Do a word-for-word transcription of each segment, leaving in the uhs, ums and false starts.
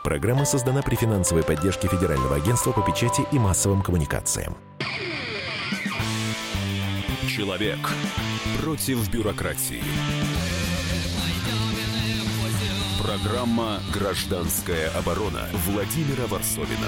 Программа создана при финансовой поддержке Федерального агентства по печати и массовым коммуникациям. Человек против бюрократии. Программа «Гражданская оборона» Владимира Варсовина.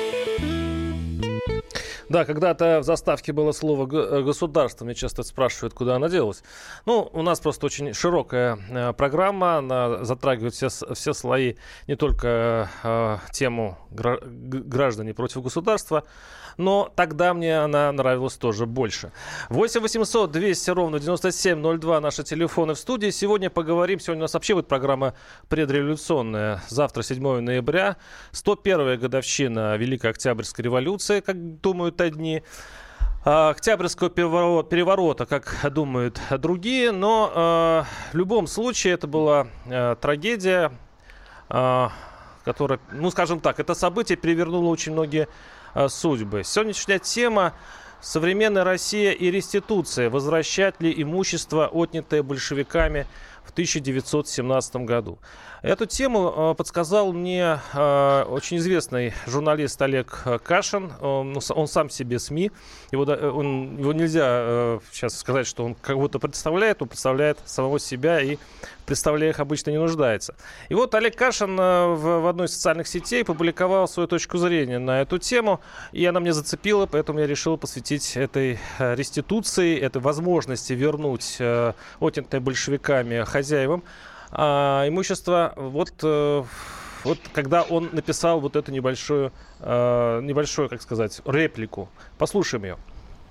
Да, когда-то в заставке было слово «государство». Мне часто спрашивают, куда оно делось. Ну, у нас просто очень широкая э, программа. Она затрагивает все, все слои, не только э, тему гра- граждане против государства, но тогда мне она нравилась тоже больше. восемь восемьсот двести ровно девяносто семь ноль два наши телефоны в студии. Сегодня поговорим. Сегодня у нас вообще будет программа предреволюционная. Завтра, седьмого ноября, сто первая годовщина Великой Октябрьской революции, как думают одни. Октябрьского переворота, как думают другие. Но э, в любом случае это была э, трагедия, э, которая, ну скажем так, это событие перевернуло очень многие э, судьбы. Сегодняшняя тема — современная Россия и реституция. Возвращать ли имущество, отнятое большевиками в тысяча девятьсот семнадцатом году? Эту тему э, подсказал мне э, очень известный журналист Олег Кашин. Он, он сам себе СМИ. Его, он, его нельзя э, сейчас сказать, что он кого-то представляет. Он представляет самого себя и в представлениях обычно не нуждается. И вот Олег Кашин э, в, в одной из социальных сетей публиковал свою точку зрения на эту тему. И она меня зацепила, поэтому я решил посвятить этой э, реституции, этой возможности вернуть э, отнятое большевиками хозяевам А, имущество, вот, э, вот когда он написал вот эту небольшую, э, небольшую, как сказать, реплику. Послушаем ее.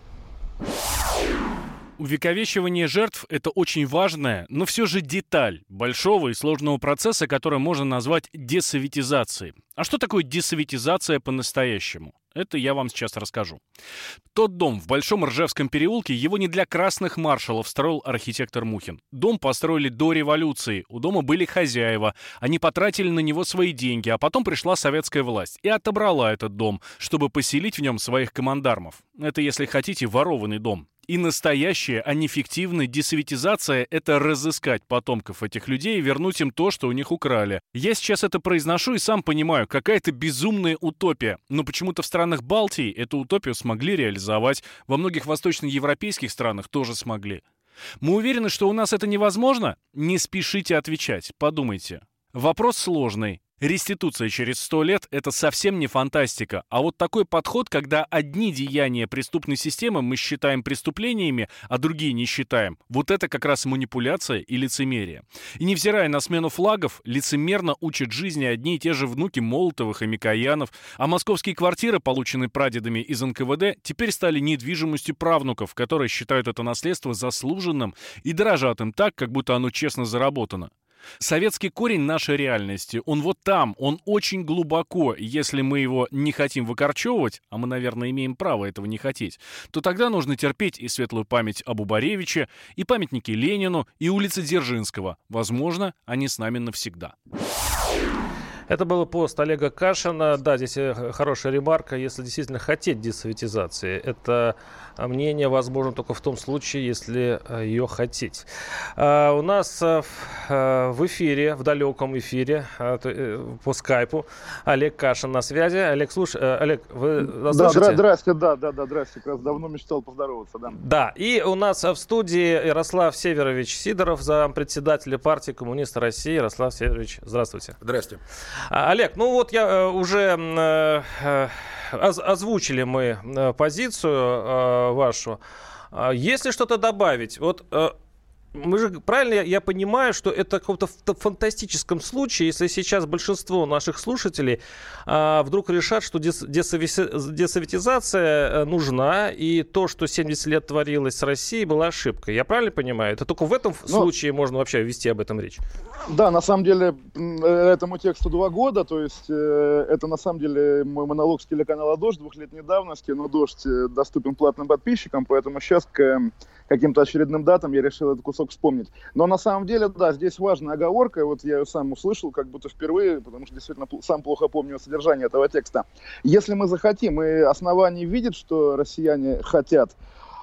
Увековечивание жертв – это очень важная, но все же деталь большого и сложного процесса, который можно назвать десоветизацией. А что такое десоветизация по-настоящему? Это я вам сейчас расскажу. Тот дом в Большом Ржевском переулке, его не для красных маршалов строил архитектор Мухин. Дом построили до революции, у дома были хозяева, они потратили на него свои деньги, а потом пришла советская власть и отобрала этот дом, чтобы поселить в нем своих командармов. Это, если хотите, ворованный дом. И настоящая, а не фиктивная десоветизация – это разыскать потомков этих людей и вернуть им то, что у них украли. Я сейчас это произношу и сам понимаю, какая-то безумная утопия. Но почему-то в странах Балтии эту утопию смогли реализовать, во многих восточноевропейских странах тоже смогли. Мы уверены, что у нас это невозможно? Не спешите отвечать, подумайте. Вопрос сложный. Реституция через сто лет – это совсем не фантастика. А вот такой подход, когда одни деяния преступной системы мы считаем преступлениями, а другие не считаем, вот это как раз манипуляция и лицемерие. И невзирая на смену флагов, лицемерно учат жизни одни и те же внуки Молотовых и Микоянов, а московские квартиры, полученные прадедами из эн ка вэ дэ, теперь стали недвижимостью правнуков, которые считают это наследство заслуженным и дорожат им так, как будто оно честно заработано. Советский корень нашей реальности, он вот там, он очень глубоко. Если мы его не хотим выкорчевывать, а мы, наверное, имеем право этого не хотеть, то тогда нужно терпеть и светлую память об Убаревиче, и памятники Ленину, и улицы Дзержинского. Возможно, они с нами навсегда. Это был пост Олега Кашина. Да, здесь хорошая ремарка. Если действительно хотеть десоветизации, это мнение возможно только в том случае, если ее хотеть. А у нас в эфире, в далеком эфире по скайпу Олег Кашин на связи. Олег, слушай, Олег, вы нас слышите? Да, здрасте, да, да, да, здрасте. Как раз давно мечтал поздороваться, да. Да, и у нас в студии Ярослав Северович Сидоров, зампредседателя партии коммунистов России. Ярослав Северович, здравствуйте. Здрасте. Олег, ну вот я уже э, э, озвучили мы позицию э, вашу. Есть ли что-то добавить? Вот э, мы же, правильно я, я понимаю, что это в каком-то фантастическом случае, если сейчас большинство наших слушателей а, вдруг решат, что дес, десови, десоветизация нужна, и то, что семьдесят лет творилось с Россией, была ошибкой. Я правильно понимаю? Это только в этом Но... случае можно вообще вести об этом речь? Да, на самом деле, этому тексту два года, то есть э, это на самом деле мой монолог с телеканала «Дождь» двухлетней давности, но «Дождь» доступен платным подписчикам, поэтому сейчас к каким-то очередным датам я решил этот кусок вспомнить. Но на самом деле, да, здесь важная оговорка, вот я ее сам услышал как будто впервые, потому что действительно сам плохо помню содержание этого текста. Если мы захотим, и основание видит, что россияне хотят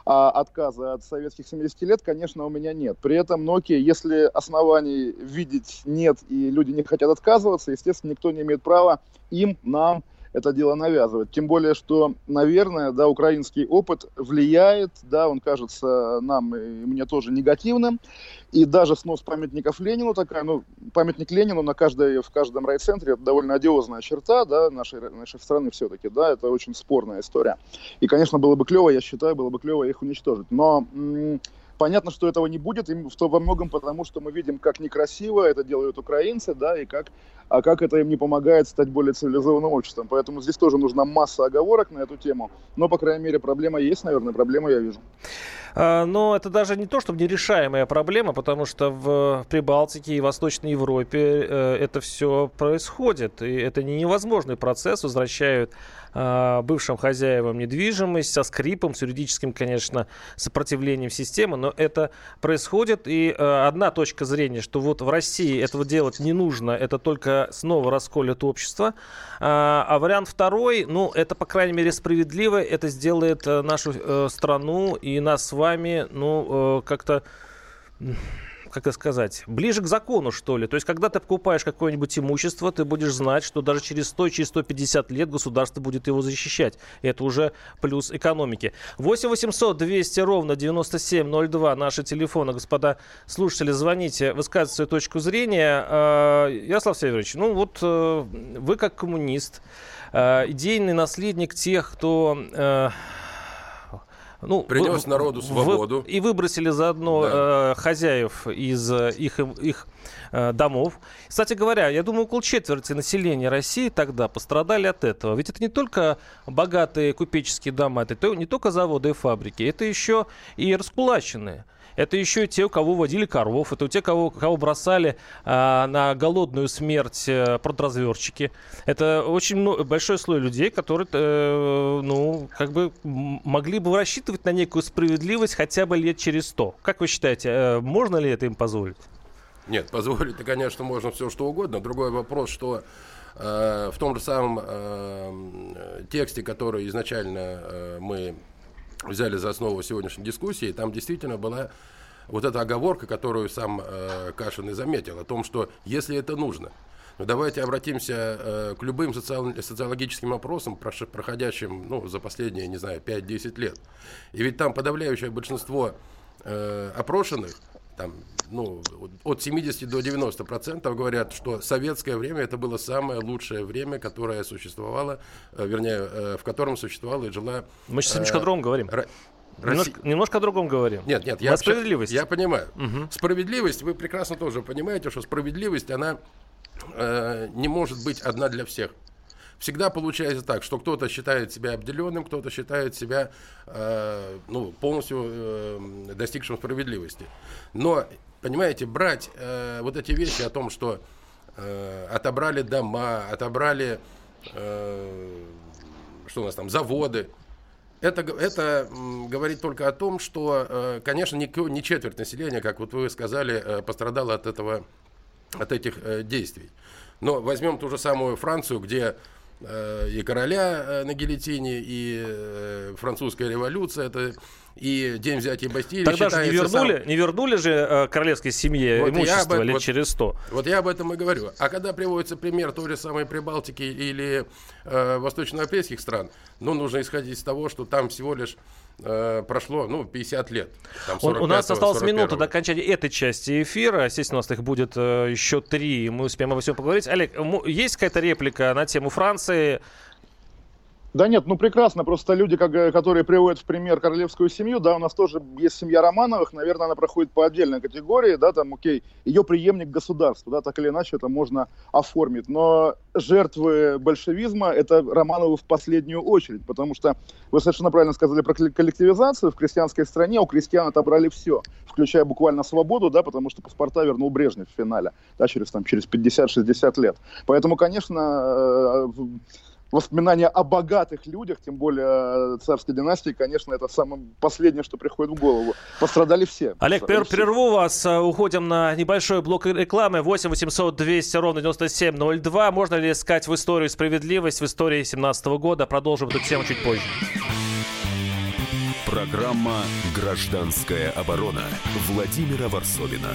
а отказа от советских семидесяти лет, конечно, у меня нет. При этом Nokia, если оснований видеть нет и люди не хотят отказываться, естественно, никто не имеет права им, нам это дело навязывать. Тем более, что, наверное, да, украинский опыт влияет, да, он кажется нам и мне тоже негативным. И даже снос памятников Ленину такая, ну, памятник Ленину на каждой, в каждом райцентре, это довольно одиозная черта, да, нашей, нашей страны все-таки, да, это очень спорная история. И, конечно, было бы клево, я считаю, было бы клево их уничтожить. Но м- понятно, что этого не будет, и что во многом потому, что мы видим, как некрасиво это делают украинцы, да, и как, а как это им не помогает стать более цивилизованным обществом. Поэтому здесь тоже нужна масса оговорок на эту тему. Но, по крайней мере, проблема есть, наверное, проблему я вижу. Но это даже не то, чтобы нерешаемая проблема, потому что в Прибалтике и Восточной Европе это все происходит. И это не невозможный процесс. Возвращают бывшим хозяевам недвижимость со скрипом, с юридическим, конечно, сопротивлением системы. Но это происходит. И одна точка зрения, что вот в России этого делать не нужно, это только снова расколет общество. А вариант второй, ну, это, по крайней мере, справедливо. Это сделает нашу страну и нас с вами вами, ну, как-то, как это сказать, ближе к закону, что ли. То есть, когда ты покупаешь какое-нибудь имущество, ты будешь знать, что даже через сто, через сто пятьдесят лет государство будет его защищать. И это уже плюс экономики. восемь восемьсот двести ровно девяносто семь ноль два наши телефоны. Господа слушатели, звоните, высказывайте свою точку зрения. Ярослав Северович, ну вот вы как коммунист, идейный наследник тех, кто... Ну, принес вы, народу свободу. Вы, и выбросили заодно да. э, хозяев из э, их, их э, домов. Кстати говоря, я думаю, около четверти населения России тогда пострадали от этого. Ведь это не только богатые купеческие дома, это не только заводы и фабрики, это еще и раскулаченные. Это еще и те, у кого водили коров, это у тех, кого, кого бросали а, на голодную смерть а, продразверчики. Это очень много, большой слой людей, которые, э, ну, как бы могли бы рассчитывать на некую справедливость хотя бы лет через сто. Как вы считаете, э, можно ли это им позволить? Нет, позволить-то, конечно, можно все что угодно. Другой вопрос, что э, в том же самом э, тексте, который изначально э, мы... взяли за основу сегодняшней дискуссии, там действительно была вот эта оговорка, которую сам э, Кашин и заметил, о том, что если это нужно, ну, давайте обратимся э, к любым социал, социологическим опросам, проходящим ну, за последние, не знаю, пять-десять лет. И ведь там подавляющее большинство э, опрошенных, там, ну, от семидесяти до девяноста процентов говорят, что советское время это было самое лучшее время, которое существовало, э, вернее, э, в котором существовала и жила... Мы сейчас э, немножко о другом говорим. Р... Немножко, немножко о другом говорим. Нет, нет, я, справедливость. я понимаю. Угу. Справедливость, вы прекрасно тоже понимаете, что справедливость, она э, не может быть одна для всех. Всегда получается так, что кто-то считает себя обделенным, кто-то считает себя э, ну, полностью э, достигшим справедливости. Но, понимаете, брать э, вот эти вещи о том, что э, отобрали дома, отобрали, э, что у нас там, заводы, это, это м, говорит только о том, что, э, конечно, не, не четверть населения, как вот вы сказали, э, пострадало от этого, от этих э, действий. Но возьмем ту же самую Францию, где и короля на гильотине, и французская революция, это и день взятия Бастилии. Тогда же не вернули, сам... не вернули же э, королевской семье вот имущество этом, лет вот, через сто. Вот я об этом и говорю. А когда приводится пример той же самой Прибалтики или э, восточноевропейских стран, ну, нужно исходить из того, что там всего лишь э, прошло, ну, пятьдесят лет. Там У, у нас осталась минута до окончания этой части эфира. Естественно, у нас их будет э, еще три, и мы успеем обо всем поговорить. Олег, есть какая-то реплика на тему Франции? Да нет, ну прекрасно, просто люди, которые приводят в пример королевскую семью, да, у нас тоже есть семья Романовых, наверное, она проходит по отдельной категории, да, там, окей, ее преемник государства, да, так или иначе это можно оформить, но жертвы большевизма это Романовы в последнюю очередь, потому что вы совершенно правильно сказали про коллективизацию, в крестьянской стране у крестьян отобрали все, включая буквально свободу, да, потому что паспорта вернул Брежнев в финале, да, через, там, через пятьдесят-шестьдесят лет, поэтому, конечно, воспоминания о богатых людях, тем более царской династии, конечно, это самое последнее, что приходит в голову. Пострадали все. Олег, Пострадали перерву все. вас. Уходим на небольшой блок рекламы. восемь восемьсот двести ровно девяносто семь ноль два. Можно ли искать в истории справедливость в истории семнадцатого года? Продолжим эту тему чуть позже. Программа «Гражданская оборона» Владимира Варсовина.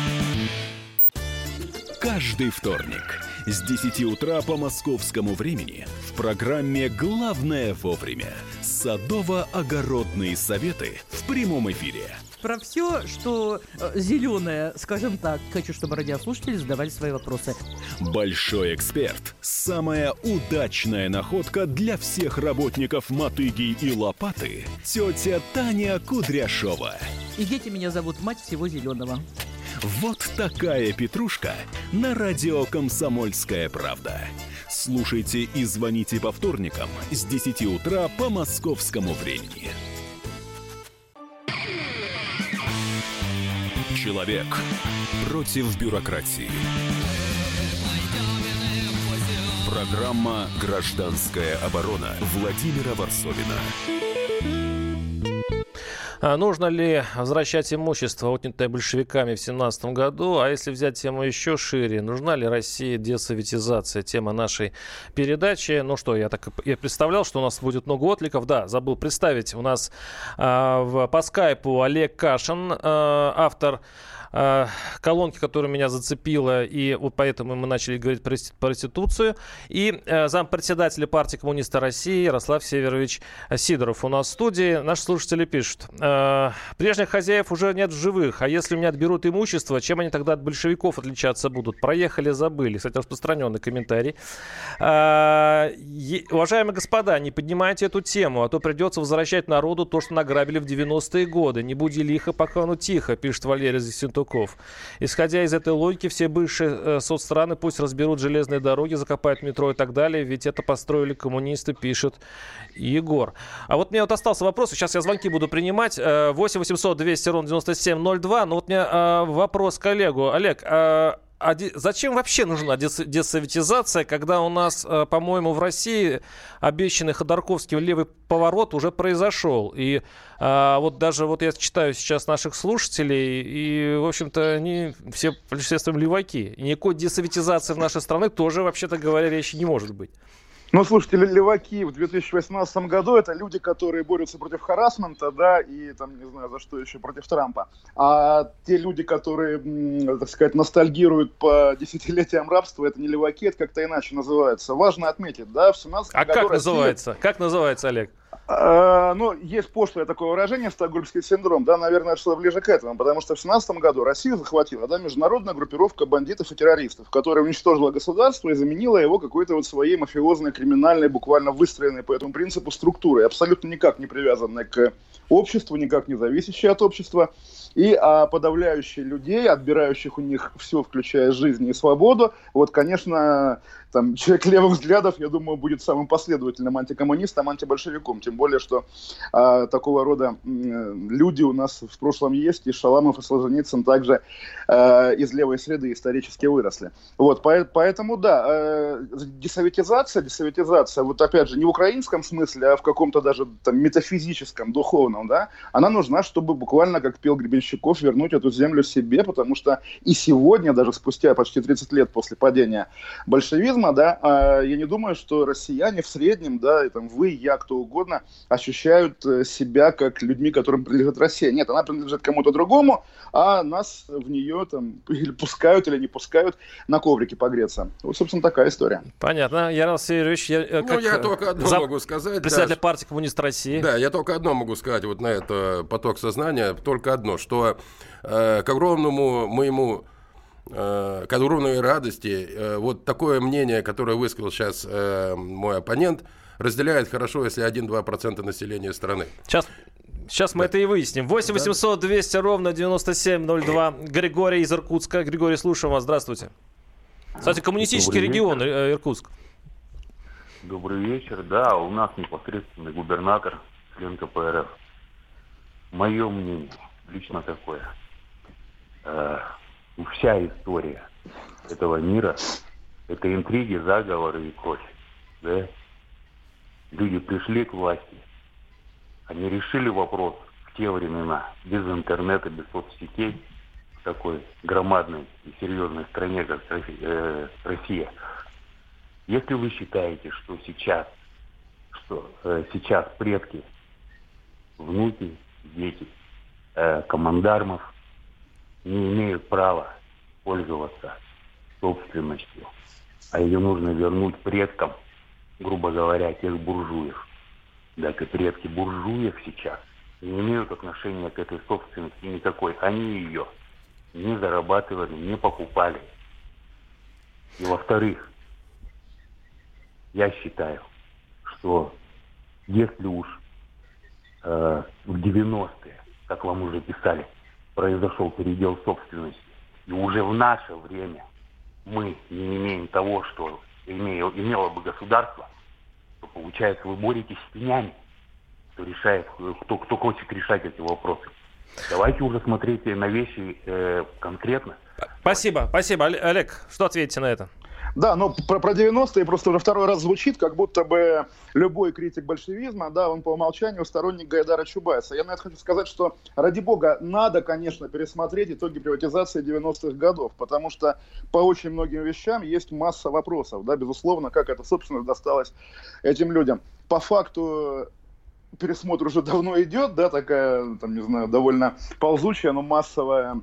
Каждый вторник с десяти утра по московскому времени в программе «Главное вовремя» садово-огородные советы в прямом эфире. Про все, что э, зеленое, скажем так. Хочу, чтобы радиослушатели задавали свои вопросы. Большой эксперт. Самая удачная находка для всех работников мотыги и лопаты. Тетя Таня Кудряшова. И дети меня зовут мать всего зеленого. Вот такая петрушка на радио «Комсомольская правда». Слушайте и звоните по вторникам с десяти утра по московскому времени. Человек против бюрократии. Программа «Гражданская оборона» Владимира Варсовина. А нужно ли возвращать имущество, отнятое большевиками в семнадцатом году? А если взять тему еще шире, нужна ли России десоветизация? Тема нашей передачи. Ну что, я так и представлял, что у нас будет много откликов. Да, забыл представить. У нас а, в, по скайпу Олег Кашин, а, автор колонки, которая меня зацепила, и вот поэтому мы начали говорить про проституцию. И э, зампредседателя партии коммуниста России Ярослав Северович Сидоров у нас в студии. Наши слушатели пишут: э, прежних хозяев уже нет в живых, а если у меня отберут имущество, чем они тогда от большевиков отличаться будут? Проехали, забыли. Кстати, распространенный комментарий. Э, е- уважаемые господа, не поднимайте эту тему, а то придется возвращать народу то, что награбили в девяностые годы. Не буди лихо, пока оно тихо, пишет Валерий Зисентуков. Исходя из этой логики, все бывшие э, соцстраны пусть разберут железные дороги, закопают метро и так далее, ведь это построили коммунисты, пишет Егор. А вот мне вот остался вопрос, сейчас я звонки буду принимать. Э, восемь восемьсот двести ровно девяносто семь ноль два. Но вот у меня э, вопрос к коллегу. Олег, э, а де, зачем вообще нужна дес, десоветизация, когда у нас, э, по-моему, в России обещанный Ходорковским левый поворот уже произошел? И э, вот даже вот я читаю сейчас наших слушателей, и, в общем-то, они все, естественно, леваки. И никакой десоветизации в нашей стране тоже, вообще-то говоря, речи не может быть. Ну, слушайте, леваки в две тысячи восемнадцатом году — это люди, которые борются против харассмента, да, и там, не знаю, за что еще, против Трампа. А те люди, которые, так сказать, ностальгируют по десятилетиям рабства, это не леваки, это как-то иначе называется. Важно отметить, да, в семнадцатом а году... А как Россия... называется? Как называется, Олег? А, ну, есть пошлое такое выражение, стокгольмский синдром, да, наверное, это шло ближе к этому, потому что в семнадцатом году Россию захватила, да, международная группировка бандитов и террористов, которая уничтожила государство и заменила его какой-то вот своей мафиозной, криминальной, буквально выстроенной по этому принципу структурой, абсолютно никак не привязанной к обществу, никак не зависящей от общества, и а, подавляющие людей, отбирающих у них все, включая жизнь и свободу, вот, конечно, там, человек левых взглядов, я думаю, будет самым последовательным антикоммунистом, антибольшевиком. Тем более, что э, такого рода э, люди у нас в прошлом есть, и Шаламов, и Солженицын также э, из левой среды исторически выросли. Вот, по- поэтому, да, э, десоветизация, десоветизация, вот опять же, не в украинском смысле, а в каком-то даже там метафизическом, духовном, да, она нужна, чтобы буквально, как пел Гребенщиков, вернуть эту землю себе, потому что и сегодня, даже спустя почти тридцать лет после падения большевизма, да, я не думаю, что россияне в среднем, да, и там вы, я, кто угодно, ощущают себя как людьми, которым принадлежит Россия. Нет, она принадлежит кому-то другому, а нас в нее там или пускают, или не пускают на коврике погреться. Вот, собственно, такая история. Понятно. Ярослав Северович, я, ну, как я только одно за... могу сказать. Председатель да, партии коммунист России. Да, я только одно могу сказать вот на это поток сознания, только одно, что э, к огромному моему к огромной радости, вот такое мнение, которое высказал сейчас э, мой оппонент, разделяет хорошо, если один-два процента населения страны. Сейчас, сейчас мы да. это и выясним. восемь восемьсот двести ровно девяносто семь ноль два. Григорий из Иркутска. Григорий, слушаем вас. Здравствуйте. Кстати, коммунистический Добрый регион вечер. Иркутск. Добрый вечер. Да, у нас непосредственный губернатор, член ка пэ эр эф. Мое мнение лично такое. Э, Вся история этого мира – это интриги, заговоры и кровь. Да? Люди пришли к власти, они решили вопрос в те времена, без интернета, без соцсетей, в такой громадной и серьезной стране, как Россия. Если вы считаете, что сейчас, что э, сейчас предки внуки, дети э, командармов не имеют права пользоваться собственностью, а ее нужно вернуть предкам, грубо говоря, тех буржуев. Так и предки буржуев сейчас не имеют отношения к этой собственности никакой. Они ее не зарабатывали, не покупали. И во-вторых, я считаю, что если уж э, в девяностые, как вам уже писали, произошел передел собственности, и уже в наше время мы не имеем того, что имело, имело бы государство, то получается, вы боретесь с тенями, кто решает, кто, кто хочет решать эти вопросы. Давайте уже смотреть на вещи э, конкретно. Спасибо, спасибо. Олег, что ответите на это? Да, но про, про девяностые просто уже второй раз звучит, как будто бы любой критик большевизма, да, он по умолчанию сторонник Гайдара Чубайса. Я на это хочу сказать, что, ради бога, надо, конечно, пересмотреть итоги приватизации девяностых годов, потому что по очень многим вещам есть масса вопросов, да, безусловно, как это, собственно, досталось этим людям. По факту пересмотр уже давно идет, да, такая, там, не знаю, довольно ползучая, но массовая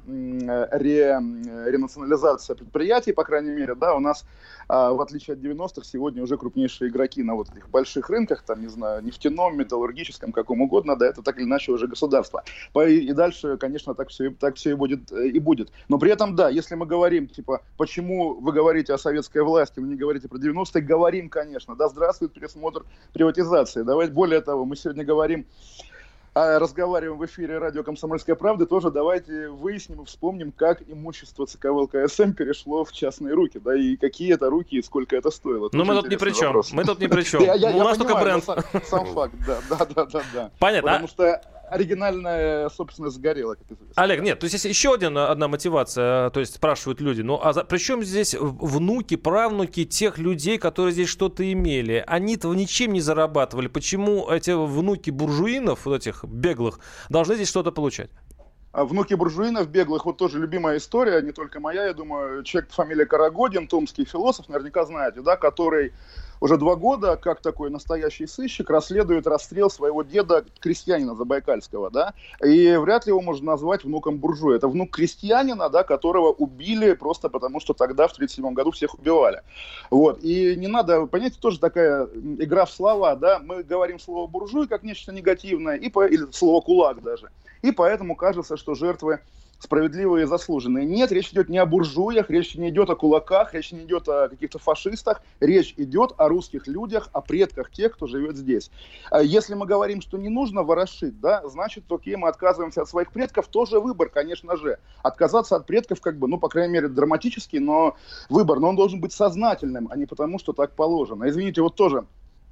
ре, ренационализация предприятий, по крайней мере, да, у нас, а, в отличие от девяностых, сегодня уже крупнейшие игроки на вот этих больших рынках, там, не знаю, нефтяном, металлургическом, каком угодно, да, это так или иначе уже государство. И дальше, конечно, так все, так все и будет, и будет. Но при этом, да, если мы говорим, типа, почему вы говорите о советской власти, вы не говорите про девяностые, говорим, конечно, да, здравствует пересмотр приватизации. Давайте, более того, мы сегодня говорим, разговариваем в эфире радио «Комсомольская правда», тоже давайте выясним и вспомним, как имущество ЦК ВЛКСМ перешло в частные руки, да, и какие это руки, и сколько это стоило. Ну, мы тут ни при чем, мы тут ни при чем. У нас только бренд. Сам факт, да, да, да, да, да. Понятно. Потому что оригинальная собственность сгорела, как известно. Олег, нет, то есть есть еще один, одна мотивация, то есть спрашивают люди, ну а за, при чем здесь внуки, правнуки тех людей, которые здесь что-то имели? Они-то ничем не зарабатывали. Почему эти внуки буржуинов, вот этих беглых, должны здесь что-то получать? А внуки буржуинов беглых, вот тоже любимая история, не только моя, я думаю, человек по фамилии Карагодин, томский философ, наверняка знаете, да, который уже два года, как такой настоящий сыщик, расследует расстрел своего деда, крестьянина забайкальского, да, и вряд ли его можно назвать внуком буржуя. Это внук крестьянина, да, которого убили просто потому, что тогда, в тридцать седьмом году, всех убивали. Вот, и не надо, понимаете, тоже такая игра в слова, да, мы говорим слово буржуй как нечто негативное, и по... или слово кулак даже, и поэтому кажется, что жертвы справедливые и заслуженные. Нет, речь идет не о буржуях, речь не идет о кулаках, речь не идет о каких-то фашистах, речь идет о русских людях, о предках тех, кто живет здесь. Если мы говорим, что не нужно ворошить, да, значит, окей, мы отказываемся от своих предков, тоже выбор, конечно же. Отказаться от предков, как бы, ну, по крайней мере, драматический, но выбор, но он должен быть сознательным, а не потому, что так положено. Извините, вот тоже.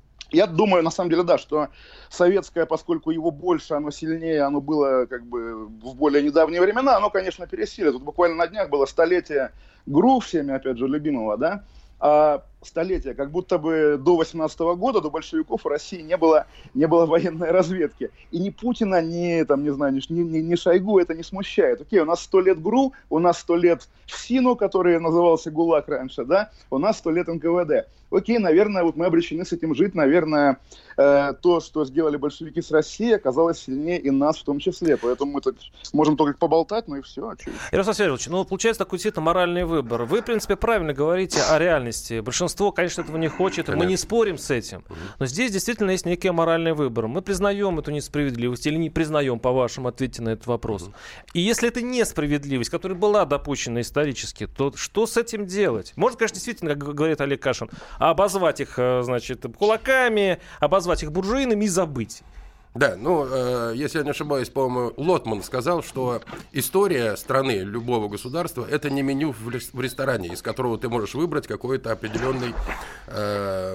Я думаю, на самом деле, да, что советское, поскольку его больше, оно сильнее, оно было как бы в более недавние времена, оно, конечно, пересилит. Тут буквально на днях было столетие ГРУ, всеми, опять же, любимого, да, а столетие, как будто бы до восемнадцатого года, до большевиков в России не было, не было военной разведки. И ни Путина, ни, там, не знаю, ни, ни, ни Шойгу это не смущает. Окей, у нас сто лет ГРУ, у нас сто лет ФСИНу, который назывался ГУЛАГ раньше, да, у нас сто лет эн ка вэ дэ. Окей, наверное, вот мы обречены с этим жить, наверное, э, то, что сделали большевики с Россией, оказалось сильнее и нас в том числе. Поэтому мы так можем только поболтать, ну и все. Ярослав Сергеевич, ну, получается такой действительно моральный выбор. Вы, в принципе, правильно говорите о реальности. Большинство, конечно, этого не хочет, конечно. Мы не спорим с этим. Но здесь действительно есть некий моральный выбор. Мы признаем эту несправедливость или не признаем, по-вашему, ответьте на этот вопрос. Угу. И если это несправедливость, которая была допущена исторически, то что с этим делать? Можно, конечно, действительно, как говорит Олег Кашин, обозвать их, значит, кулаками, обозвать их буржуинами и забыть. Да, ну, э, если я не ошибаюсь, по-моему, Лотман сказал, что история страны, любого государства, это не меню в, рес- в ресторане, из которого ты можешь выбрать какой-то определенный э,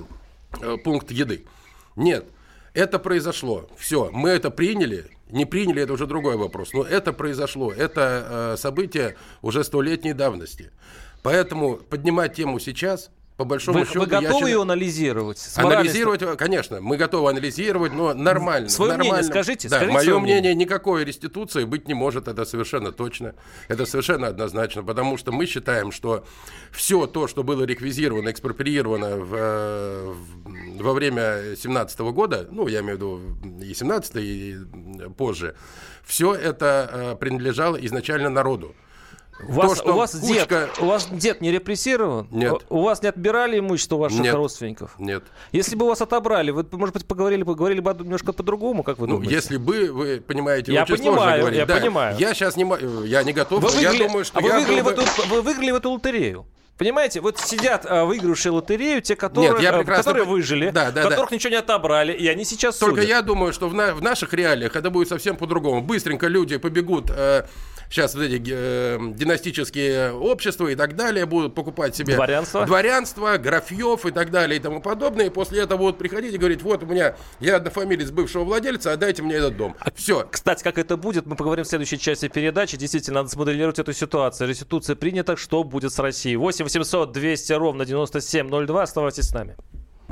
э, пункт еды. Нет, это произошло, все, мы это приняли, не приняли, это уже другой вопрос, но это произошло, это э, событие уже столетней давности. Поэтому поднимать тему сейчас По большому вы, счету, вы готовы считаю, ее анализировать? Анализировать, конечно, мы готовы анализировать, но нормально. Свое нормально. мнение скажите. Да, скажите мое мнение. мнение, никакой реституции быть не может, это совершенно точно, это совершенно однозначно, потому что мы считаем, что все то, что было реквизировано, экспроприировано в, в, во время семнадцатого года, ну, я имею в виду и семнадцатый, и позже, все это принадлежало изначально народу. У вас, То, у, вас кучка... дед, у вас дед не репрессирован? Нет. У вас не отбирали имущество ваших Нет. родственников? Нет. Если бы у вас отобрали, вы, может быть, поговорили, поговорили бы немножко по-другому, как вы ну, думаете? если бы, вы понимаете, я очень понимаю, сложно говорить. Я да, понимаю. Я сейчас не, я не готов, вы я выиграли, думаю, что а вы я выиграли, был в бы... эту, вы выиграли в эту лотерею. Понимаете, вот сидят а, выигравшие лотерею, те, которые, Нет, я прекрасно... которые выжили, да, да, которых да. ничего не отобрали, и они сейчас Только судят. я думаю, что в, на, в наших реалиях это будет совсем по-другому. Быстренько люди побегут... Э, Сейчас вот эти э, династические общества и так далее будут покупать себе дворянство, дворянство, графьев и так далее и тому подобное. И после этого будут приходить и говорить, вот у меня, я однофамилец бывшего владельца, отдайте мне этот дом. Все. Кстати, как это будет, мы поговорим в следующей части передачи. Действительно, надо смоделировать эту ситуацию. Реституция принята, что будет с Россией? восемь восемьсот двести ровно девяносто семь ноль два. Оставайтесь с нами.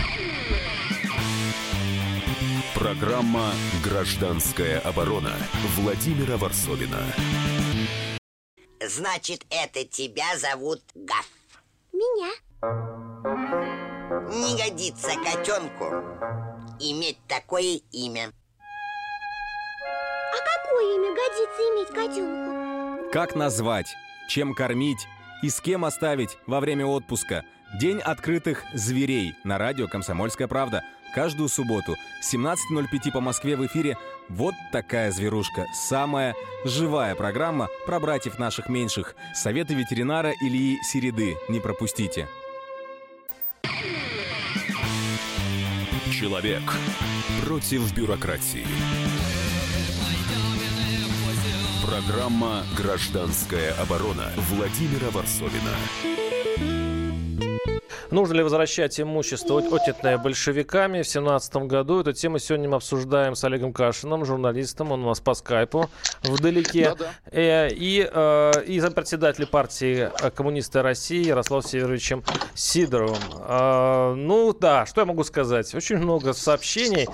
Программа «Гражданская оборона» Владимира Варсовина. Значит, это тебя зовут Гав. Меня. Не годится котенку иметь такое имя. А какое имя годится иметь котенку? Как назвать, чем кормить и с кем оставить во время отпуска? День открытых зверей на радио «Комсомольская правда». Каждую субботу с семнадцати ноль пять по Москве в эфире «Вот такая зверушка». Самая живая программа про братьев наших меньших. Советы ветеринара Ильи Середы. Не пропустите. Человек против бюрократии. Программа «Гражданская оборона» Владимира Варсовина. Нужно ли возвращать имущество, отнятое большевиками в семнадцатом году? Эту тему сегодня мы обсуждаем с Олегом Кашиным, журналистом. Он у нас по скайпу вдалеке. Да-да. И, э, и зампредседатель партии «Коммунисты России» Ярославом Северовичем Сидоровым. Э, ну да, что я могу сказать? Очень много сообщений.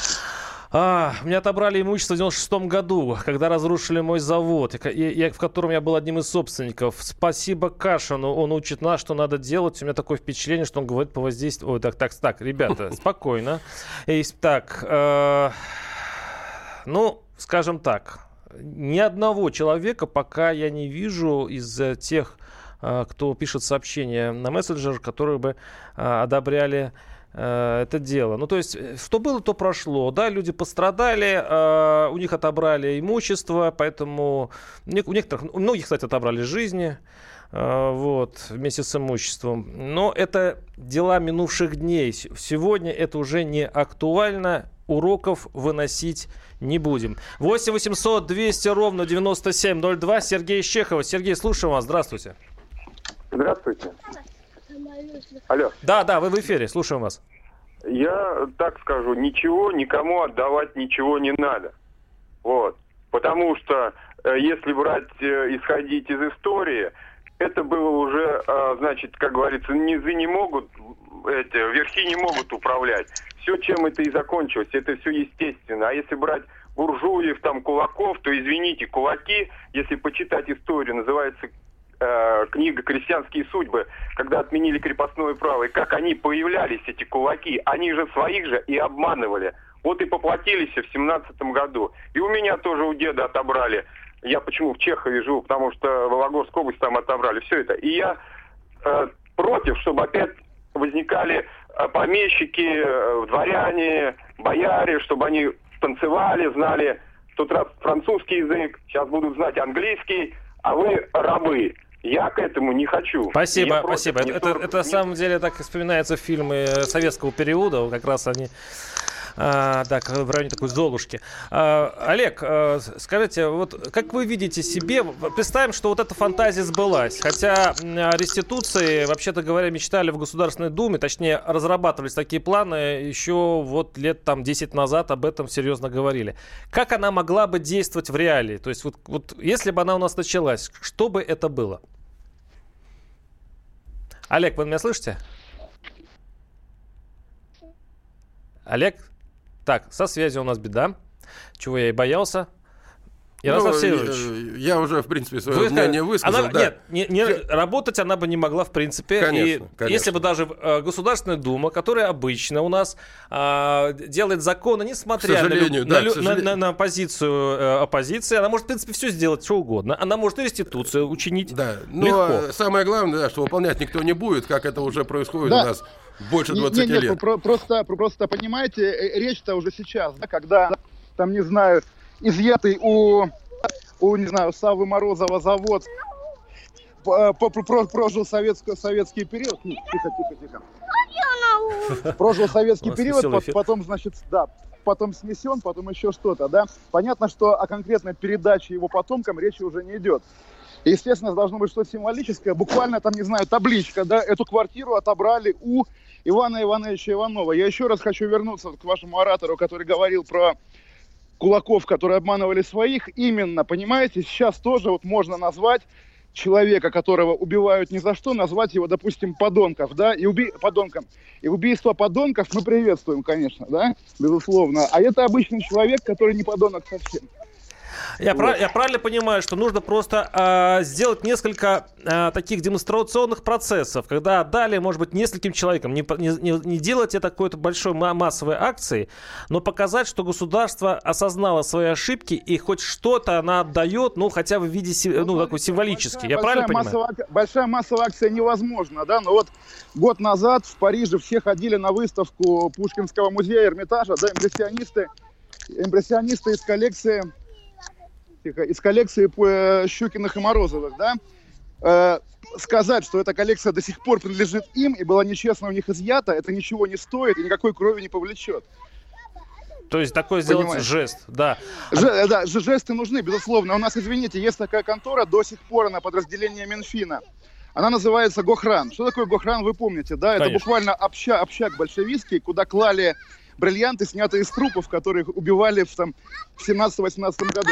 А, мне отобрали имущество в девяносто шестом году, когда разрушили мой завод, и, и, в котором я был одним из собственников. Спасибо Кашину, он учит нас, что надо делать. У меня такое впечатление, что он говорит по воздействию... Ой, так, так, так, ребята, спокойно. Так, э, ну, скажем так, ни одного человека пока я не вижу из тех, кто пишет сообщения на мессенджер, которые бы одобряли это дело. Ну, то есть, что было, то прошло. Да, люди пострадали, э, у них отобрали имущество, поэтому у некоторых, у многих, кстати, отобрали жизни, э, вот, вместе с имуществом. Но это дела минувших дней. Сегодня это уже не актуально. Уроков выносить не будем. восемь восемьсот двести ровно девяносто семь ноль два. Сергей Щехов. Сергей, слушаем вас. Здравствуйте. Здравствуйте. Алло. Да, да, вы в эфире, слушаем вас. Я так скажу, ничего никому отдавать ничего не надо. Вот. Потому что, э, если брать, э, исходить из истории, это было уже, э, значит, как говорится, низы не могут, эти, верхи не могут управлять. Все, чем это и закончилось, это все естественно. А если брать буржуев, там, кулаков, то, извините, кулаки, если почитать историю, называется книга «Крестьянские судьбы», когда отменили крепостное право, и как они появлялись, эти кулаки, они же своих же и обманывали. Вот и поплатились в семнадцатом году. И у меня тоже у деда отобрали. Я почему в Чехове живу, потому что в Вологодской области там отобрали все это. И я э, против, чтобы опять возникали э, помещики, э, дворяне, бояре, чтобы они танцевали, знали в тот раз французский язык, сейчас будут знать английский, а вы рабы. Я к этому не хочу. Спасибо, против, спасибо. Это, это, это на самом деле так вспоминается фильмы советского периода, как раз они а, так, в районе такой Золушки. А, Олег, а, скажите, вот как вы видите себе, представим, что вот эта фантазия сбылась, хотя о реституции, вообще-то говоря, мечтали в Государственной Думе, точнее, разрабатывались такие планы еще вот лет там десять назад, об этом серьезно говорили. Как она могла бы действовать в реалии? То есть вот, вот если бы она у нас началась, что бы это было? Олег, вы меня слышите? Олег? Так, со связью у нас беда. Чего я и боялся. Ярослав ну, Всеволодович, я уже, в принципе, свое вы, мнение высказал. Она, да. Нет, не, не, работать она бы не могла в принципе. Конечно, и конечно. Если бы даже э, Государственная Дума, которая обычно у нас э, делает законы, несмотря на, лю- да, на, лю- сожалению. на, на, на позицию э, оппозиции, она может, в принципе, все сделать, что угодно. Она может и реституцию учинить. Да, но легко. Самое главное, да, что выполнять никто не будет, как это уже происходит да. у нас больше двадцати не, не, лет. Про- просто, просто, понимаете, речь-то уже сейчас, да, когда, там, не знаю, изъятый у... у, не знаю, Саввы Морозова завод прожил советский, советский период. Тихо, тихо, тихо. Прожил советский период, потом, значит, да, потом снесен, потом еще что-то, да. Понятно, что о конкретной передаче его потомкам речи уже не идет. Естественно, должно быть что-то символическое. Буквально там, не знаю, табличка, да, эту квартиру отобрали у Ивана Ивановича Иванова. Я еще раз хочу вернуться к вашему оратору, который говорил про кулаков, которые обманывали своих. Именно, понимаете, сейчас тоже вот можно назвать человека, которого убивают ни за что, назвать его, допустим, подонков, да, и уби... подонком. И убийство подонков мы приветствуем, конечно, да, безусловно. А это обычный человек, который не подонок совсем. Я, Вот. прав, я правильно понимаю, что нужно просто э, сделать несколько э, таких демонстрационных процессов, когда далее, может быть, нескольким человекам, не, не, не делать это какой-то большой массовой акцией, но показать, что государство осознало свои ошибки и хоть что-то она отдает, ну, хотя бы в виде, ну, такой символический. Я большая правильно массовая, понимаю? Большая массовая акция невозможна, да, но вот год назад в Париже все ходили на выставку Пушкинского музея, Эрмитажа, да, импрессионисты, импрессионисты из коллекции... из коллекции Щукиных и Морозовых, да, э, сказать, что эта коллекция до сих пор принадлежит им и была нечестно у них изъята, это ничего не стоит и никакой крови не повлечет. То есть такой сделать Понимаешь? жест, да. Ж, да, жесты нужны, безусловно. У нас, извините, есть такая контора, до сих пор она подразделение Минфина. Она называется Гохран. Что такое Гохран, вы помните, да? Конечно. Это буквально общак, общак большевистский, куда клали бриллианты, снятые из трупов, которых убивали в, там, в семнадцатом-восемнадцатом году.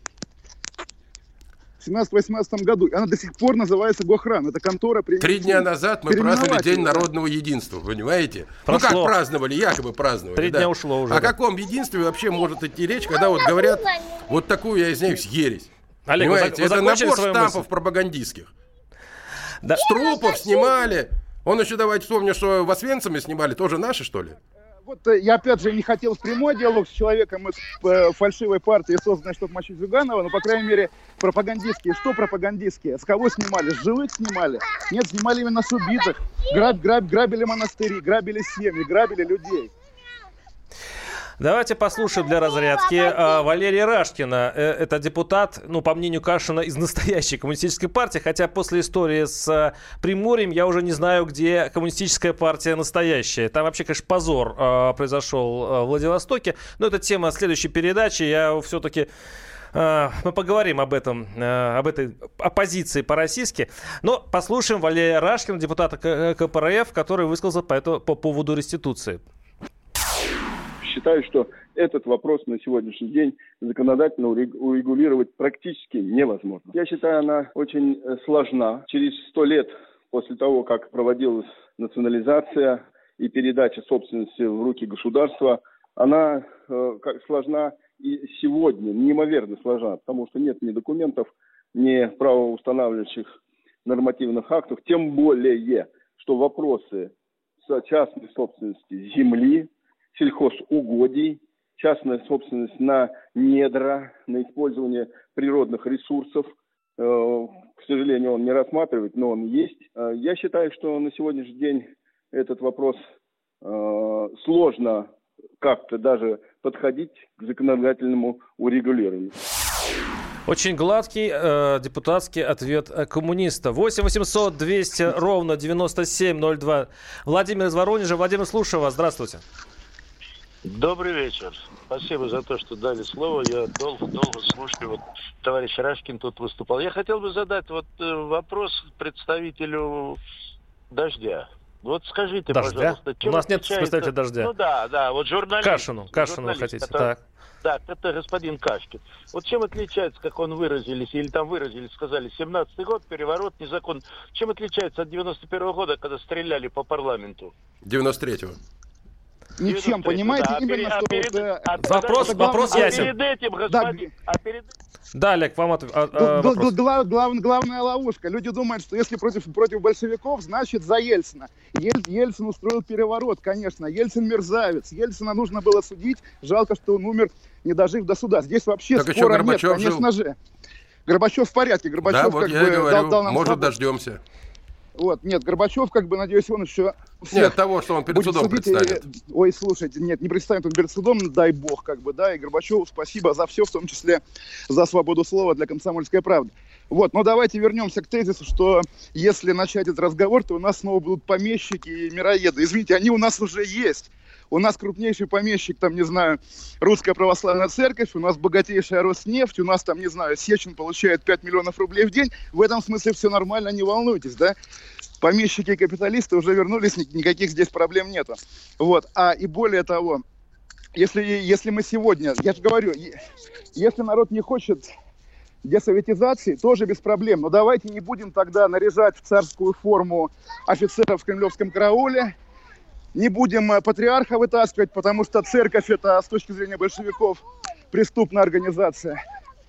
В семнадцатом-восемнадцатом году. И она до сих пор называется Гохран. Это контора... Три дня назад мы праздновали День народного единства, понимаете? Прошло. Ну как праздновали, якобы праздновали. Три да. дня ушло уже. О да. каком единстве вообще может идти речь, когда вот говорят вот такую, я извиняюсь, ересь? Олег, вы понимаете? зак- вы Это закончили набор свою штампов мысль? пропагандистских. Да. С трупов снимали. Он еще, давайте вспомним, что в Освенциме снимали, тоже наши, что ли? Вот э, я опять же не хотел в прямой диалог с человеком из э, фальшивой партии, созданной, чтобы мочить Зюганова, но, по крайней мере, пропагандистские. Что пропагандистские? С кого снимали? С живых снимали? Нет, снимали именно с убитых. Граб, граб, грабили монастыри, грабили семьи, грабили людей. Давайте послушаем для разрядки э, Валерия Рашкина. Э, это депутат, ну, по мнению Кашина, из настоящей коммунистической партии. Хотя после истории с э, Приморьем я уже не знаю, где коммунистическая партия настоящая. Там вообще, конечно, позор э, произошел э, в Владивостоке. Но это тема следующей передачи. Я все-таки... э, мы поговорим об этом, э, об этой оппозиции по-российски. Но послушаем Валерия Рашкина, депутата К- КПРФ, который высказался по, это, по поводу реституции. Считаю, что этот вопрос на сегодняшний день законодательно урегулировать практически невозможно. Я считаю, она очень сложна. Через сто лет после того, как проводилась национализация и передача собственности в руки государства, она э, как сложна и сегодня, неимоверно сложна, потому что нет ни документов, ни правоустанавливающих нормативных актов, тем более, что вопросы частной собственности земли, сельхозугодий, частная собственность на недра, на использование природных ресурсов. Э, к сожалению, он не рассматривает, но он есть. Э, я считаю, что на сегодняшний день этот вопрос э, сложно как-то даже подходить к законодательному урегулированию. Очень гладкий э, депутатский ответ э, коммуниста. восемь восемьсот двести ровно девяносто семь ноль два. Владимир из Воронежа. Владимир, слушаю вас. Здравствуйте. Добрый вечер. Спасибо за то, что дали слово. Я долго-долго слушаю. Вот товарищ Рашкин тут выступал. Я хотел бы задать вот э, вопрос представителю «Дождя». Вот скажите, Дождя? пожалуйста, чем У нас нет отличается... представителя «Дождя». Ну да, да, вот журналист. Кашину, Кашину журналист, хотите, который... так. Да, это господин Кашкин. Вот чем отличается, как он выразились, или там выразились, сказали, семнадцатый год, переворот, незакон. Чем отличается от девяносто первого года, когда стреляли по парламенту? девяносто третьего. ничем, понимаете, да, именно а что... перед, вот, а вопрос, перед, вопрос а ясен. перед этим, господин, да, а перед... Да, Олег, вам ответ. А, а, Гла- гла- гла- глав- главная ловушка. Люди думают, что если против, против большевиков, значит за Ельцина. Ель- Ельцин устроил переворот, конечно. Ельцин мерзавец. Ельцина нужно было судить. Жалко, что он умер, не дожив до суда. Здесь вообще Так спора нет, Горбачев конечно жил. же. Горбачев в порядке. Горбачев Да, вот как я бы и говорю, дал, дал нам может, свободу. дождемся. Вот, нет, Горбачев, как бы, надеюсь, он еще... Нет, того, что он перед будет судом судить и- предстанет. Ой, слушайте, нет, не предстанет он перед судом, дай бог, как бы, да, и Горбачеву спасибо за все, в том числе за свободу слова для «Комсомольской правды». Вот, но давайте вернемся к тезису, что если начать этот разговор, то у нас снова будут помещики и мироеды. Извините, они у нас уже есть. У нас крупнейший помещик, там, не знаю, Русская Православная Церковь, у нас богатейшая Роснефть, у нас, там, не знаю, Сечин получает пять миллионов рублей в день. В этом смысле все нормально, не волнуйтесь, да. Помещики и капиталисты уже вернулись, никаких здесь проблем нету. Вот, а и более того, если, если мы сегодня, я же говорю, если народ не хочет десоветизации, тоже без проблем. Но давайте не будем тогда наряжать в царскую форму офицеров в кремлевском карауле, не будем патриарха вытаскивать, потому что церковь — это, с точки зрения большевиков, преступная организация.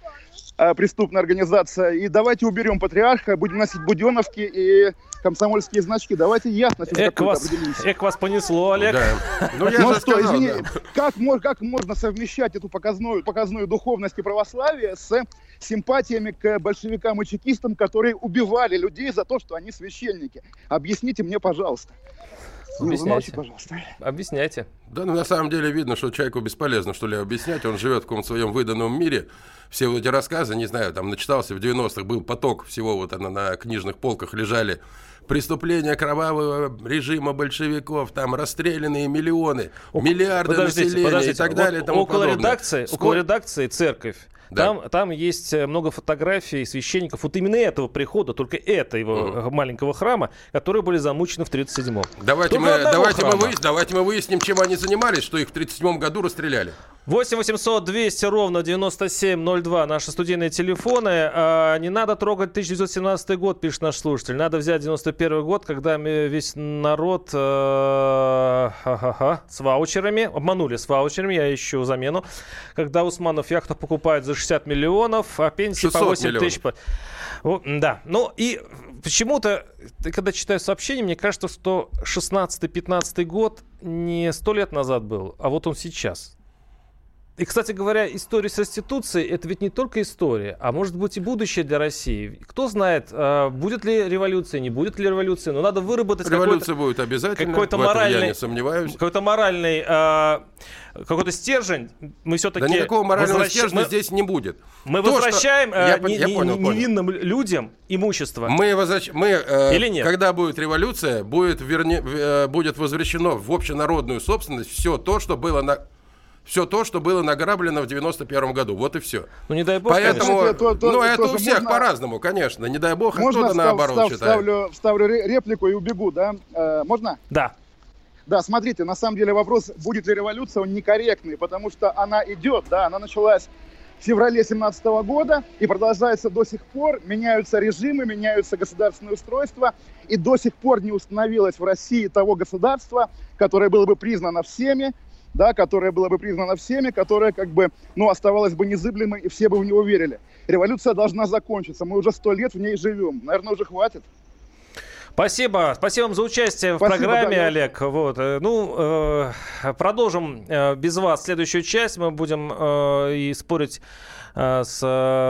Преступная организация. И давайте уберем патриарха, будем носить буденовки и комсомольские значки. Давайте ясность уже Эк вас, определимся. эк вас понесло, Олег. Да. Ну, я Ну же что, сказал, извини, да. как, мож- как можно совмещать эту показную, показную духовность и православие с симпатиями к большевикам и чекистам, которые убивали людей за то, что они священники? Объясните мне, пожалуйста. Объясняйте. Ну, пожалуйста. Объясняйте. Да, ну, на самом деле видно, что человеку бесполезно, что ли, объяснять. Он живет в каком-то своем выданном мире. Все вот эти рассказы, не знаю, там начитался в девяностых, был поток всего, вот она на книжных полках лежали. Преступления кровавого режима большевиков, там расстрелянные миллионы, миллиарды Подождите, населения подождите. и так далее. Вот и тому около подобное. редакции, Сколько... около редакции церковь. Да. Там, там есть много фотографий священников вот именно этого прихода, только этого mm. маленького храма, которые были замучены в тридцать седьмом. Давайте, мы, давайте, мы выясним, давайте мы выясним, чем они занимались, что их в тридцать седьмом году расстреляли. восемь восемьсот двести ровно девяносто семь ноль два наши студийные телефоны. А, не надо трогать тысяча девятьсот семнадцатый год, пишет наш слушатель. Надо взять девяносто первый год, когда весь народ э, ха-ха-ха, с ваучерами, обманули с ваучерами, я ищу замену. Когда Усманов яхту покупает за шестьдесят миллионов, а пенсии по восемь тысяч. О, да, ну и почему-то, когда читаю сообщения, мне кажется, что шестнадцатый-пятнадцатый год не сто лет назад был, а вот он сейчас. И, кстати говоря, история с реституцией – это ведь не только история, а может быть и будущее для России. Кто знает, будет ли революция, не будет ли революции, но надо выработать революция будет обязательно, какой-то в этом моральный, я не сомневаюсь. Какой-то моральный, э, какой-то стержень. Мы все-таки да никакого морального возвращ... стержня мы... здесь не будет. Мы То, возвращаем что... я, э, не, я понял, не, невинным понял. людям имущество. Мы, возвращ... мы э, Или нет? Когда будет революция, будет, верне... э, будет возвращено в общенародную собственность все то, что было на... Все то, что было награблено в девяносто первом году. Вот и все. Ну, не дай бог, Поэтому, конечно. То, то, ну, то, это тоже у всех можно... по-разному, конечно. Не дай бог, а можно кто-то встав, наоборот встав, считает. Вставлю, вставлю реплику и убегу, да? Э, можно? Да. Да, смотрите, на самом деле вопрос, будет ли революция, он некорректный, потому что она идет, да, она началась в феврале семнадцатого года и продолжается до сих пор. Меняются режимы, меняются государственные устройства, и до сих пор не установилось в России того государства, которое было бы признано всеми, да, которое было бы признано всеми, которое как бы, ну, оставалось бы незыблемой, и все бы в него верили. Революция должна закончиться. Мы уже сто лет в ней живем. Наверное, уже хватит. Спасибо. Спасибо вам за участие Спасибо, в программе, да, Олег. Вот. Ну, э, продолжим э, без вас следующую часть. Мы будем э, и спорить э, с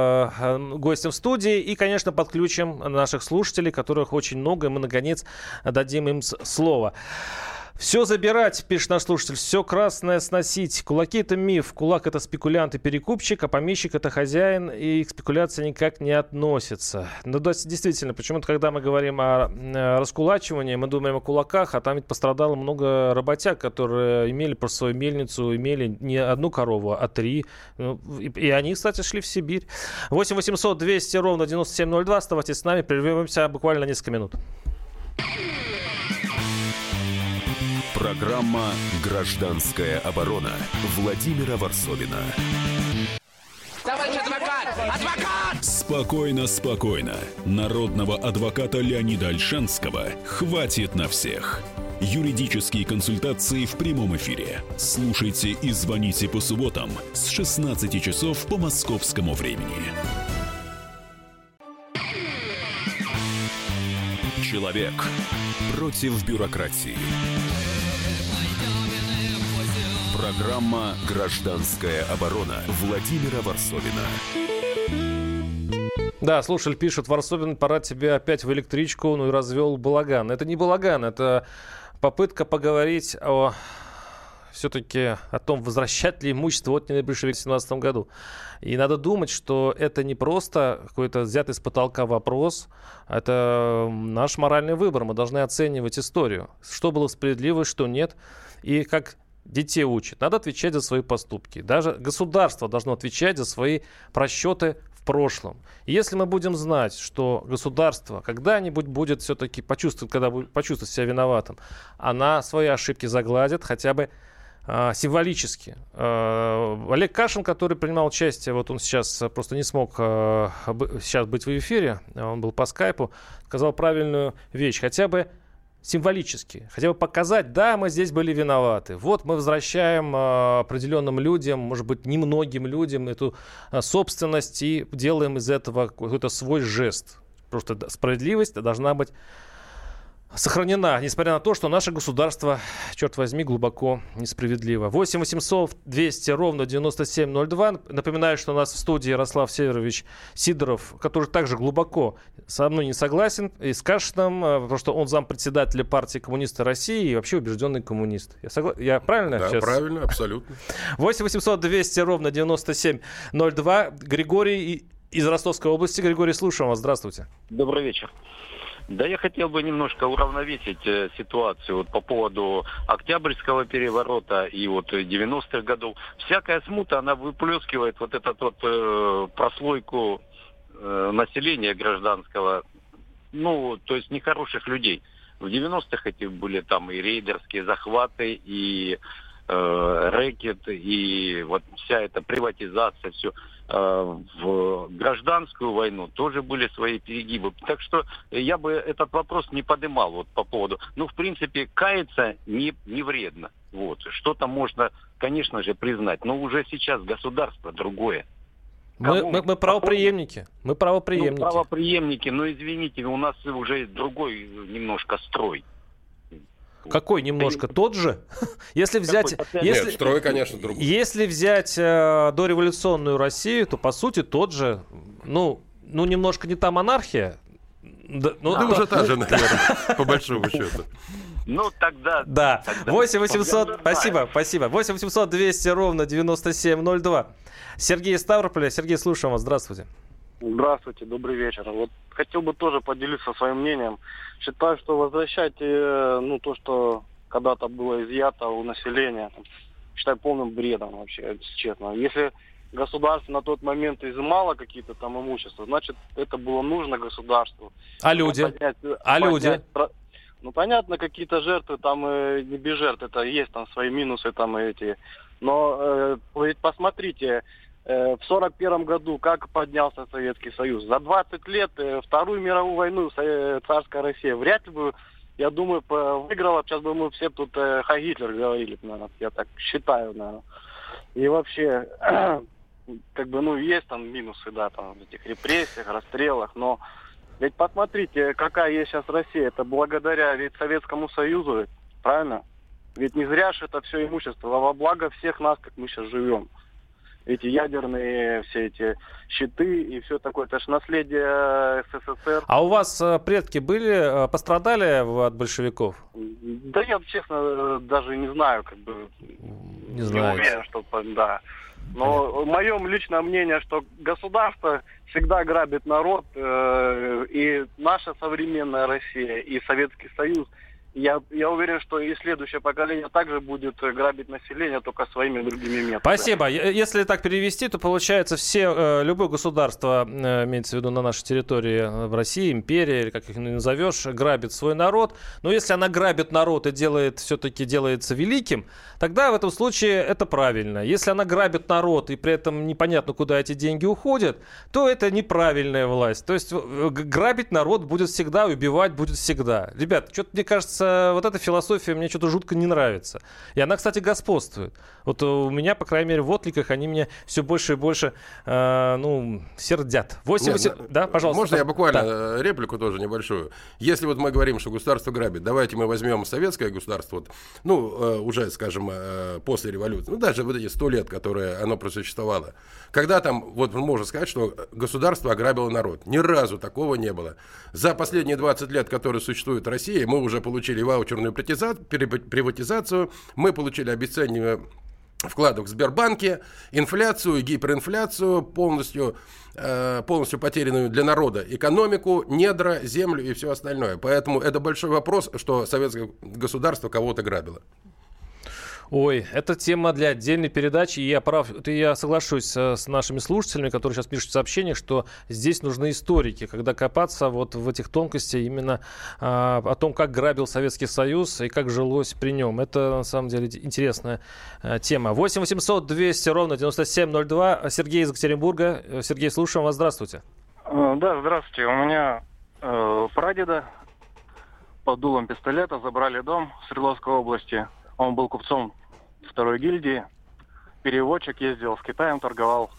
э, гостем в студии. И, конечно, подключим наших слушателей, которых очень много, и мы, наконец, дадим им слово. Все забирать, пишет наш слушатель, все красное сносить. Кулаки – это миф, кулак – это спекулянт и перекупщик, а помещик – это хозяин, и к спекуляции никак не относится. Ну да, действительно, почему-то, когда мы говорим о раскулачивании, мы думаем о кулаках, а там ведь пострадало много работяг, которые имели просто свою мельницу, имели не одну корову, а три. Ну, и, и они, кстати, шли в Сибирь. восемь восемьсот двести ровно девяносто семь ноль два, оставайтесь с нами, прервемся буквально несколько минут. Программа «Гражданская оборона» Владимира Варсовина. Товарищ адвокат! Адвокат! Спокойно, спокойно. Народного адвоката Леонида Ольшанского хватит на всех. Юридические консультации в прямом эфире. Слушайте и звоните по субботам с шестнадцати часов по московскому времени. Человек против бюрократии. Программа «Гражданская оборона» Владимира Варсовина. Да, слушатель пишет: Варсобин, пора тебе опять в электричку, ну и развел балаган. Это не балаган, это попытка поговорить о все-таки о том, возвращать ли имущество от большевиков в две тысячи семнадцатом году. И надо думать, что это не просто какой-то взятый с потолка вопрос, это наш моральный выбор. Мы должны оценивать историю, что было справедливо, что нет, и как детей учат. Надо отвечать за свои поступки. Даже государство должно отвечать за свои просчеты в прошлом. И если мы будем знать, что государство когда-нибудь будет все-таки почувствовать, когда будет почувствовать себя виноватым, она свои ошибки загладит хотя бы э, символически. Э, Олег Кашин, который принимал участие, вот он сейчас просто не смог э, сейчас быть в эфире, он был по скайпу, сказал правильную вещь. Хотя бы символически, хотя бы показать, да, мы здесь были виноваты. Вот мы возвращаем э, определенным людям, может быть, немногим людям эту э, собственность и делаем из этого какой-то свой жест. Просто справедливость должна быть сохранена, несмотря на то, что наше государство, черт возьми, глубоко несправедливо. восемь восемьсот двести ровно девяносто семь ноль два. Напоминаю, что у нас в студии Ярослав Северович Сидоров, который также глубоко со мной не согласен, и с Кашиным, потому что он зампредседателя партии «Коммунисты России» и вообще убежденный коммунист. Я, согла... Я правильно да, сейчас? Да, правильно, абсолютно. восемь восемьсот двести ровно девяносто семь ноль два. Григорий из Ростовской области. Григорий, слушаем вас. Здравствуйте. Добрый вечер. Да, я хотел бы немножко уравновесить э, ситуацию вот по поводу Октябрьского переворота и вот девяностых годов. Всякая смута, она выплескивает вот эту вот э, прослойку э, населения гражданского, ну, то есть нехороших людей. В девяностых эти были там и рейдерские захваты, и э, рэкет, и вот вся эта приватизация, все. В гражданскую войну тоже были свои перегибы. Так что я бы этот вопрос не поднимал вот по поводу. Ну, в принципе, каяться не, не вредно. Вот. Что-то можно, конечно же, признать. Но уже сейчас государство другое. Мы, мы, мы правопреемники. Мы правопреемники. Ну, правопреемники, но извините, у нас уже другой немножко строй. Какой немножко? Тот же? Если взять... Если, Нет, строй, конечно, другой. Если взять э, дореволюционную Россию, то, по сути, тот же... Ну, ну немножко не та монархия. Да, ну, да, уже та же, наверное, по большому счету. Ну, тогда... Да. восемь восемьсот... Спасибо, спасибо. восемь восемьсот двести ровно девяносто семь ноль два. Сергей из Ставрополя. Сергей, слушаем вас. Здравствуйте. Здравствуйте, добрый вечер. Вот хотел бы тоже поделиться своим мнением. Считаю, что возвращать ну, то, что когда-то было изъято у населения, считаю полным бредом вообще, честно. Если государство на тот момент изымало какие-то там имущества, значит, это было нужно государству. А люди? Поднять, а поднять, люди? Ну, понятно, какие-то жертвы, там э, не без жертв, это есть там свои минусы, там эти. Но э, ведь посмотрите, в сорок первом году как поднялся Советский Союз. За двадцать лет Вторую мировую войну царская Россия вряд ли бы, я думаю, выиграла. Сейчас бы мы все тут Хай Гитлер говорили, наверное, я так считаю, наверное. И вообще, как бы, ну, есть там минусы, да, там, в этих репрессиях, расстрелах, но ведь посмотрите, какая есть сейчас Россия. Это благодаря ведь Советскому Союзу, правильно? Ведь не зря же это все имущество, а во благо всех нас, как мы сейчас живем. Эти ядерные все эти щиты и все такое. Это же наследие СССР. А у вас э, предки были, э, пострадали от большевиков? Да я, честно, даже не знаю, как бы. Не знаю. Не уверен, что да. Но Понятно. Мое личное мнение, что государство всегда грабит народ, э, и наша современная Россия, и Советский Союз. Я, я уверен, что и следующее поколение также будет грабить население, только своими другими методами. Спасибо. Если так перевести, то получается, все, любое государство, имеется в виду на нашей территории в России, империя, или как их назовешь, грабит свой народ. Но если она грабит народ и делает, все-таки делается великим, тогда в этом случае это правильно. Если она грабит народ и при этом непонятно, куда эти деньги уходят, то это неправильная власть. То есть грабить народ будет всегда, убивать будет всегда. Ребят, что-то, мне кажется, это, вот эта философия мне что-то жутко не нравится. И она, кстати, господствует. Вот у меня, по крайней мере, в откликах они меня все больше и больше, э, ну, сердят. восемьдесят... Нет, да, пожалуйста. Можно я буквально да. реплику тоже небольшую? Если вот мы говорим, что государство грабит, давайте мы возьмем советское государство, вот, ну, э, уже, скажем, э, после революции, ну, даже вот эти сто лет, которые оно просуществовало. Когда там, вот можно сказать, что государство ограбило народ. Ни разу такого не было. За последние двадцать лет, которые существует Россия, мы уже получили ваучерную приватизацию, мы получили обесценивание вкладов в Сбербанке, инфляцию, гиперинфляцию, полностью, э, полностью потерянную для народа экономику, недра, землю и все остальное. Поэтому это большой вопрос, что советское государство кого-то грабило. Ой, это тема для отдельной передачи, и я прав, я соглашусь с нашими слушателями, которые сейчас пишут сообщения, что здесь нужны историки, когда копаться вот в этих тонкостях именно а, о том, как грабил Советский Союз и как жилось при нем. Это, на самом деле, интересная а, тема. восемь восемьсот двести ровно девяносто семь ноль два. Сергей из Екатеринбурга. Сергей, слушаем вас. Здравствуйте. Да, здравствуйте. У меня э, прадеда под дулом пистолета забрали дом в Свердловской области. Он был купцом второй гильдии, переводчик, ездил с Китаем, торговал.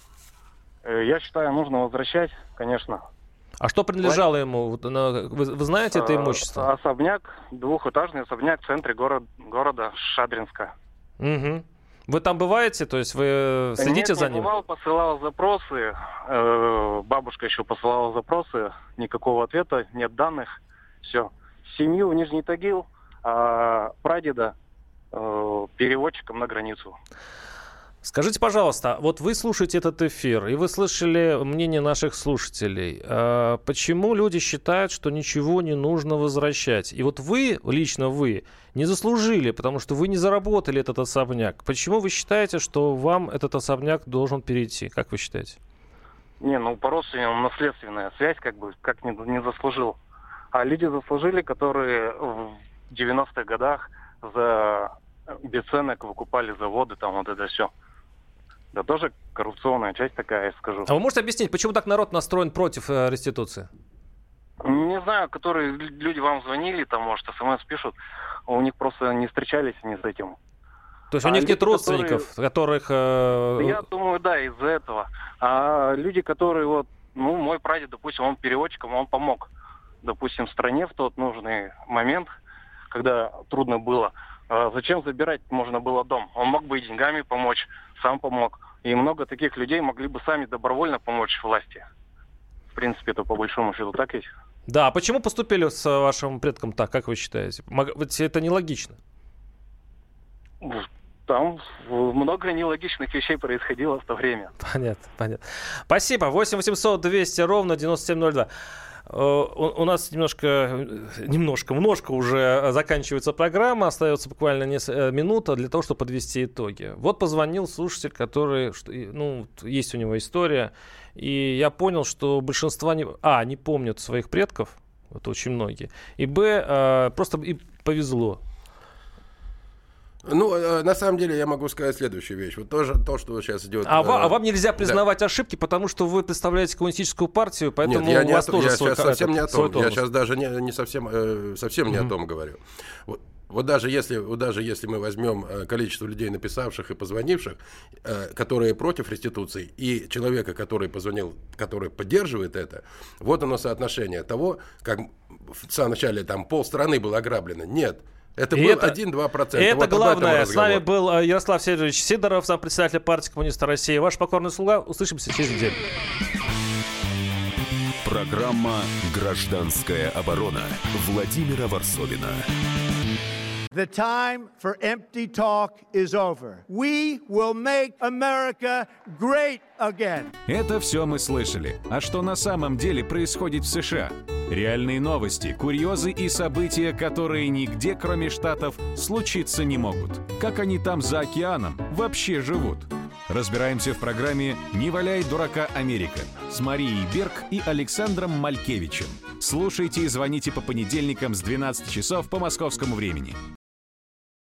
Я считаю, нужно возвращать, конечно. А что принадлежало ему? Вы, вы знаете это имущество? Особняк, двухэтажный особняк в центре город, города Шадринска. Угу. Вы там бываете? То есть вы следите Нет, за не ним? бывал, посылал запросы. Бабушка еще посылала запросы. Никакого ответа, нет данных. Все. Семью в Нижний Тагил, а прадеда переводчиком на границу. Скажите, пожалуйста, вот вы слушаете этот эфир, и вы слышали мнение наших слушателей. А почему люди считают, что ничего не нужно возвращать? И вот вы, лично вы, не заслужили, потому что вы не заработали этот особняк. Почему вы считаете, что вам этот особняк должен перейти? Как вы считаете? Не, ну по родственникам наследственная связь, как бы, как не, не заслужил. А люди заслужили, которые в девяностых годах за бесценок выкупали заводы, там вот это все. Да тоже коррупционная часть такая, я скажу. А вы можете объяснить, почему так народ настроен против э, реституции? Не знаю, которые люди вам звонили, там, может, смс пишут, у них просто не встречались ни с этим. То есть у а них нет родственников, которые... которых... Э... Я думаю, да, из-за этого. А люди, которые вот, ну, мой прадед, допустим, он переводчиком, он помог, допустим, стране в тот нужный момент, когда трудно было. А зачем забирать можно было дом? Он мог бы и деньгами помочь, сам помог. И много таких людей могли бы сами добровольно помочь власти. В принципе, это по большому счету так ведь. Да, а почему поступили с вашим предком так, как вы считаете? Это нелогично. Там много нелогичных вещей происходило в то время. Понятно, понятно. Спасибо. восемь восемьсот двести ровно девяносто семь ноль два. У нас немножко, немножко, немножко уже заканчивается программа, остается буквально несколько минут для того, чтобы подвести итоги. Вот позвонил слушатель, который, ну, есть у него история, и я понял, что большинство не, а, не помнят своих предков, вот очень многие, и б, просто и повезло. Ну, на самом деле, я могу сказать следующую вещь. Вот тоже то, что сейчас идет... А, э, вам, а вам нельзя признавать да. ошибки, потому что вы представляете коммунистическую партию, поэтому Нет, я у вас не тоже я свой, сейчас совсем не о том. Я сейчас даже не, не совсем, э, совсем mm-hmm. не о том говорю. Вот, вот, даже если, вот даже если мы возьмем э, количество людей, написавших и позвонивших, э, которые против реституции, и человека, который позвонил, который поддерживает это, вот оно соотношение того, как в самом начале там полстраны было ограблено. Нет. Это и был это, один-два процента. И вот это главное. С нами был Ярослав Сергеевич Сидоров, зампредседателя партии коммунистов России. Ваш покорный слуга. Услышимся через неделю. Программа «Гражданская оборона» Владимира Варсовина. The time for empty talk is over. We will make America great again. Это все мы слышали. А что на самом деле происходит в США? Реальные новости, курьезы и события, которые нигде, кроме Штатов, случиться не могут. Как они там за океаном вообще живут? Разбираемся в программе «Не валяй дурака, Америка» с Марией Берг и Александром Малькевичем. Слушайте и звоните по понедельникам с двенадцати часов по московскому времени.